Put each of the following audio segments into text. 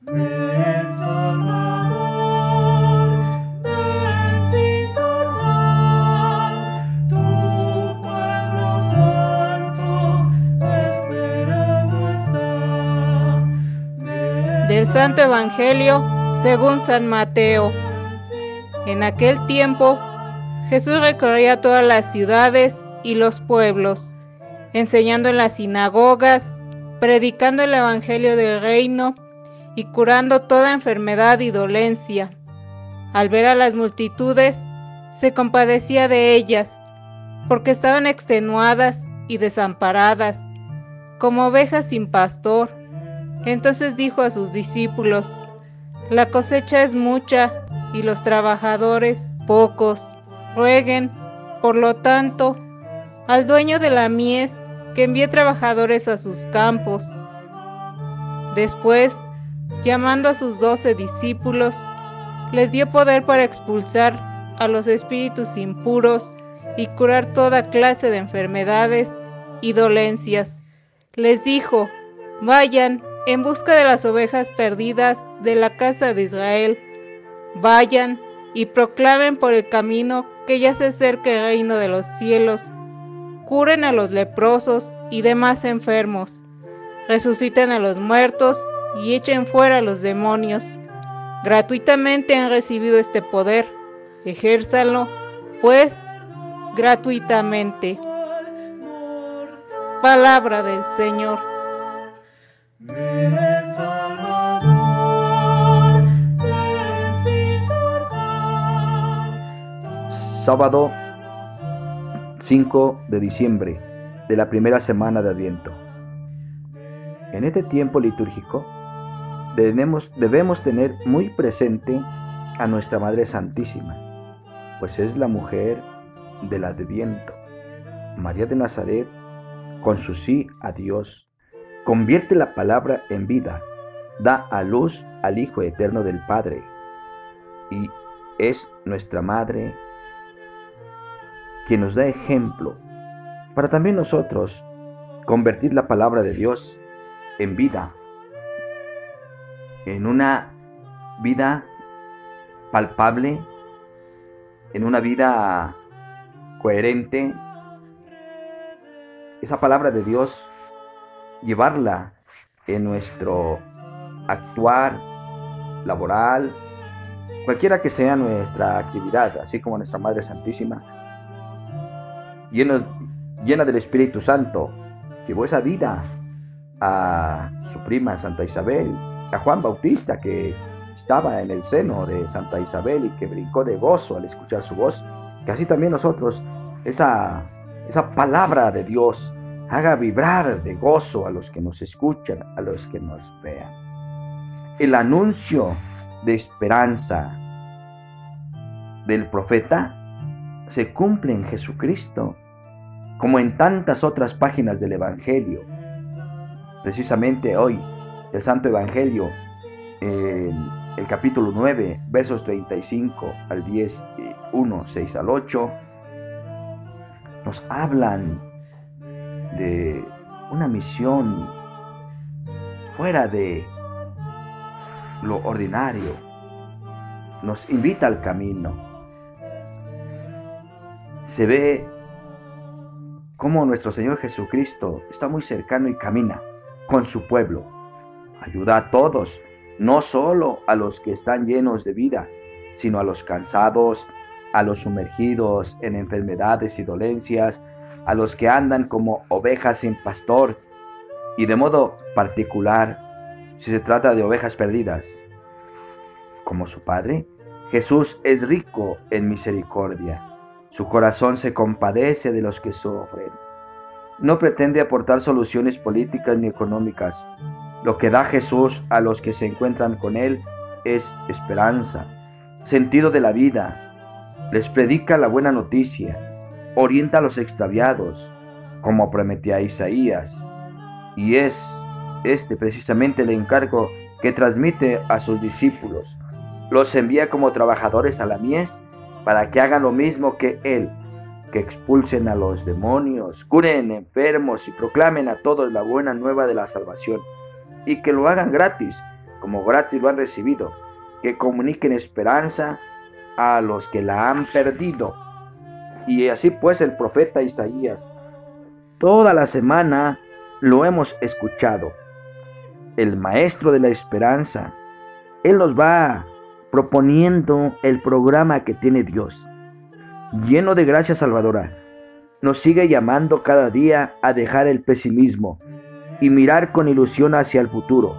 Ven Salvador, ven sin tardar, tu pueblo santo esperando está. Del Santo Evangelio según San Mateo. En aquel tiempo, Jesús recorría todas las ciudades y los pueblos, enseñando en las sinagogas, predicando el Evangelio del reino y curando toda enfermedad y dolencia. Al ver a las multitudes, se compadecía de ellas, porque estaban extenuadas y desamparadas, como ovejas sin pastor. Entonces dijo a sus discípulos: La cosecha es mucha y los trabajadores pocos. Rueguen, por lo tanto, al dueño de la mies que envíe trabajadores a sus campos. Después, llamando a sus 12 discípulos, les dio poder para expulsar a los espíritus impuros y curar toda clase de enfermedades y dolencias. Les dijo: Vayan en busca de las ovejas perdidas de la casa de Israel. Vayan y proclamen por el camino que ya se acerca el reino de los cielos. Curen a los leprosos y demás enfermos. Resuciten a los muertos y echen fuera a los demonios. Gratuitamente han recibido este poder. Ejérzanlo, pues, gratuitamente. Palabra del Señor. Ven Salvador, ven sin tardar. Sábado 5 de diciembre de la primera semana de Adviento. En este tiempo litúrgico debemos tener muy presente a nuestra Madre Santísima, pues es la mujer del Adviento. María de Nazaret, con su sí a Dios, convierte la palabra en vida, da a luz al Hijo eterno del Padre y es nuestra Madre quien nos da ejemplo para también nosotros convertir la palabra de Dios en vida, en una vida palpable, en una vida coherente. Esa palabra de Dios, llevarla en nuestro actuar laboral, cualquiera que sea nuestra actividad, así como nuestra Madre Santísima, llena del Espíritu Santo, llevó esa vida a su prima Santa Isabel, a Juan Bautista, que estaba en el seno de Santa Isabel y que brincó de gozo al escuchar su voz. Que así también nosotros, esa palabra de Dios haga vibrar de gozo a los que nos escuchan, a los que nos vean. El anuncio de esperanza del profeta se cumple en Jesucristo, como en tantas otras páginas del Evangelio. Precisamente hoy, el Santo Evangelio, el capítulo 9, versos 35 al 10, 1, 6 al 8, nos hablan de una misión fuera de lo ordinario. Nos invita al camino. Se ve cómo nuestro Señor Jesucristo está muy cercano y camina con su pueblo. Ayuda a todos, no solo a los que están llenos de vida, sino a los cansados, a los sumergidos en enfermedades y dolencias, a los que andan como ovejas sin pastor, y de modo particular, si se trata de ovejas perdidas. Como su Padre, Jesús es rico en misericordia. Su corazón se compadece de los que sufren. No pretende aportar soluciones políticas ni económicas. Lo que da Jesús a los que se encuentran con Él es esperanza, sentido de la vida. Les predica la buena noticia, orienta a los extraviados, como prometía Isaías. Y es precisamente el encargo que transmite a sus discípulos. Los envía como trabajadores a la mies para que hagan lo mismo que Él, que expulsen a los demonios, curen enfermos y proclamen a todos la buena nueva de la salvación, y que lo hagan gratis, como gratis lo han recibido, que comuniquen esperanza a los que la han perdido. Y así pues el profeta Isaías, toda la semana lo hemos escuchado. El maestro de la esperanza, él nos va proponiendo el programa que tiene Dios, lleno de gracia salvadora. Nos sigue llamando cada día a dejar el pesimismo y mirar con ilusión hacia el futuro.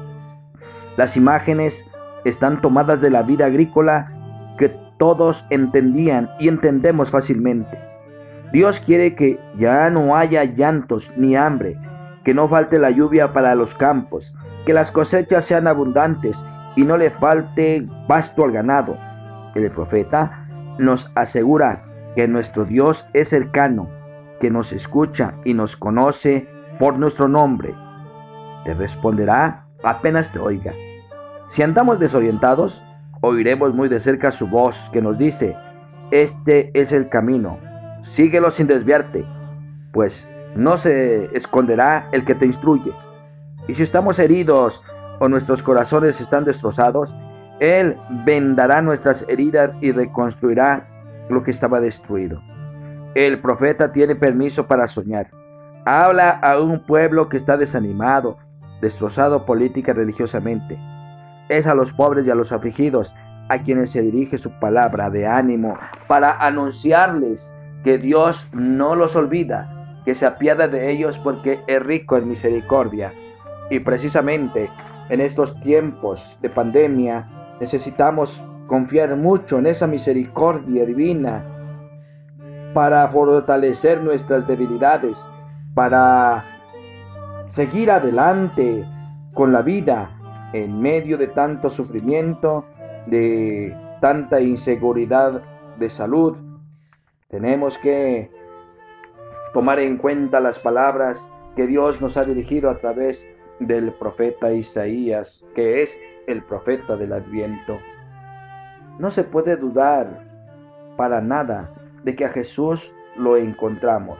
Las imágenes están tomadas de la vida agrícola que todos entendían y entendemos fácilmente. Dios quiere que ya no haya llantos ni hambre, que no falte la lluvia para los campos, que las cosechas sean abundantes y no le falte pasto al ganado. El profeta nos asegura que nuestro Dios es cercano, que nos escucha y nos conoce por nuestro nombre. Te responderá apenas te oiga. Si andamos desorientados, oiremos muy de cerca su voz que nos dice: este es el camino, síguelo sin desviarte, pues no se esconderá el que te instruye. Y si estamos heridos o nuestros corazones están destrozados, Él vendará nuestras heridas y reconstruirá lo que estaba destruido. El profeta tiene permiso para soñar. Habla a un pueblo que está desanimado, destrozado política y religiosamente. Es a los pobres y a los afligidos a quienes se dirige su palabra de ánimo para anunciarles que Dios no los olvida, que se apiada de ellos porque es rico en misericordia. Y precisamente en estos tiempos de pandemia necesitamos confiar mucho en esa misericordia divina para fortalecer nuestras debilidades, para seguir adelante con la vida en medio de tanto sufrimiento, de tanta inseguridad de salud. Tenemos que tomar en cuenta las palabras que Dios nos ha dirigido a través del profeta Isaías, que es el profeta del Adviento. No se puede dudar para nada de que a Jesús lo encontramos,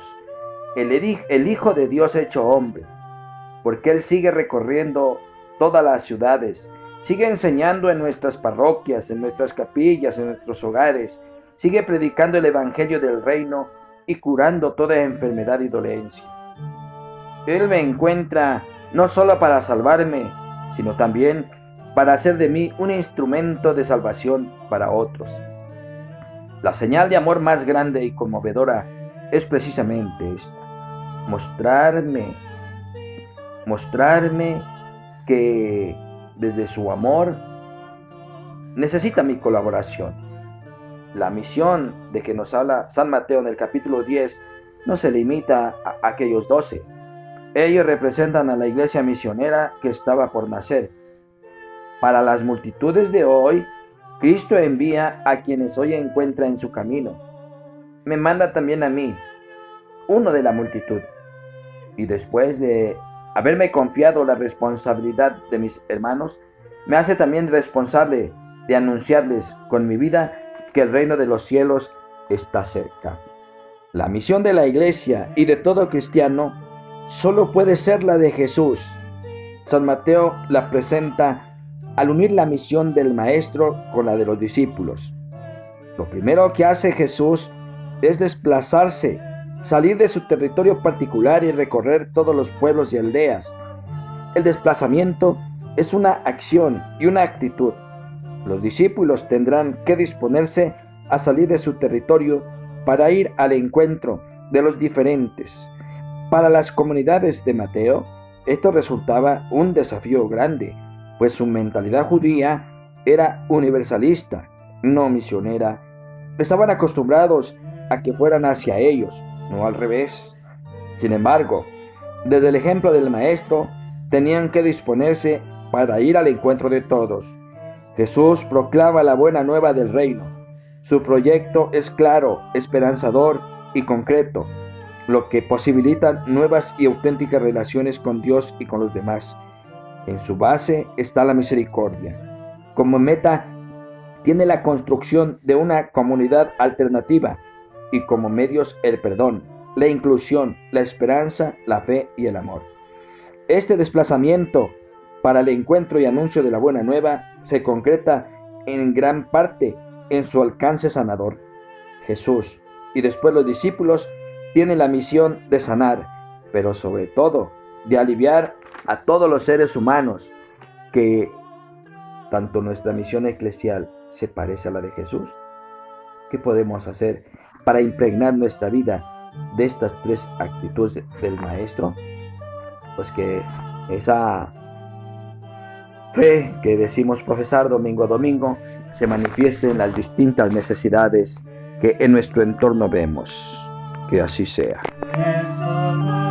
el Hijo de Dios hecho hombre, porque Él sigue recorriendo todas las ciudades, sigue enseñando en nuestras parroquias, en nuestras capillas, en nuestros hogares, sigue predicando el Evangelio del Reino y curando toda enfermedad y dolencia. Él me encuentra no solo para salvarme, sino también para hacer de mí un instrumento de salvación para otros. La señal de amor más grande y conmovedora es precisamente esta: mostrarme que desde su amor necesita mi colaboración. La misión de que nos habla San Mateo en el capítulo 10 no se limita a aquellos 12. Ellos representan a la iglesia misionera que estaba por nacer. Para las multitudes de hoy, Cristo envía a quienes hoy encuentra en su camino. Me manda también a mí, uno de la multitud. Y después de haberme confiado la responsabilidad de mis hermanos, me hace también responsable de anunciarles con mi vida que el reino de los cielos está cerca. La misión de la iglesia y de todo cristiano solo puede ser la de Jesús. San Mateo la presenta al unir la misión del maestro con la de los discípulos. Lo primero que hace Jesús es desplazarse, salir de su territorio particular y recorrer todos los pueblos y aldeas. El desplazamiento es una acción y una actitud. Los discípulos tendrán que disponerse a salir de su territorio para ir al encuentro de los diferentes. Para las comunidades de Mateo, esto resultaba un desafío grande, pues su mentalidad judía era universalista, no misionera. Estaban acostumbrados a que fueran hacia ellos, no al revés. Sin embargo, desde el ejemplo del Maestro, tenían que disponerse para ir al encuentro de todos. Jesús proclama la buena nueva del reino. Su proyecto es claro, esperanzador y concreto, lo que posibilita nuevas y auténticas relaciones con Dios y con los demás. En su base está la misericordia. Como meta, tiene la construcción de una comunidad alternativa y como medios el perdón, la inclusión, la esperanza, la fe y el amor. Este desplazamiento para el encuentro y anuncio de la buena nueva se concreta en gran parte en su alcance sanador. Jesús y después los discípulos tienen la misión de sanar, pero sobre todo de aliviar a todos los seres humanos, que tanto nuestra misión eclesial se parece a la de Jesús. ¿Qué podemos hacer para impregnar nuestra vida de estas tres actitudes del Maestro? Pues que esa fe que decimos profesar domingo a domingo se manifieste en las distintas necesidades que en nuestro entorno vemos. Que así sea. El Salvador.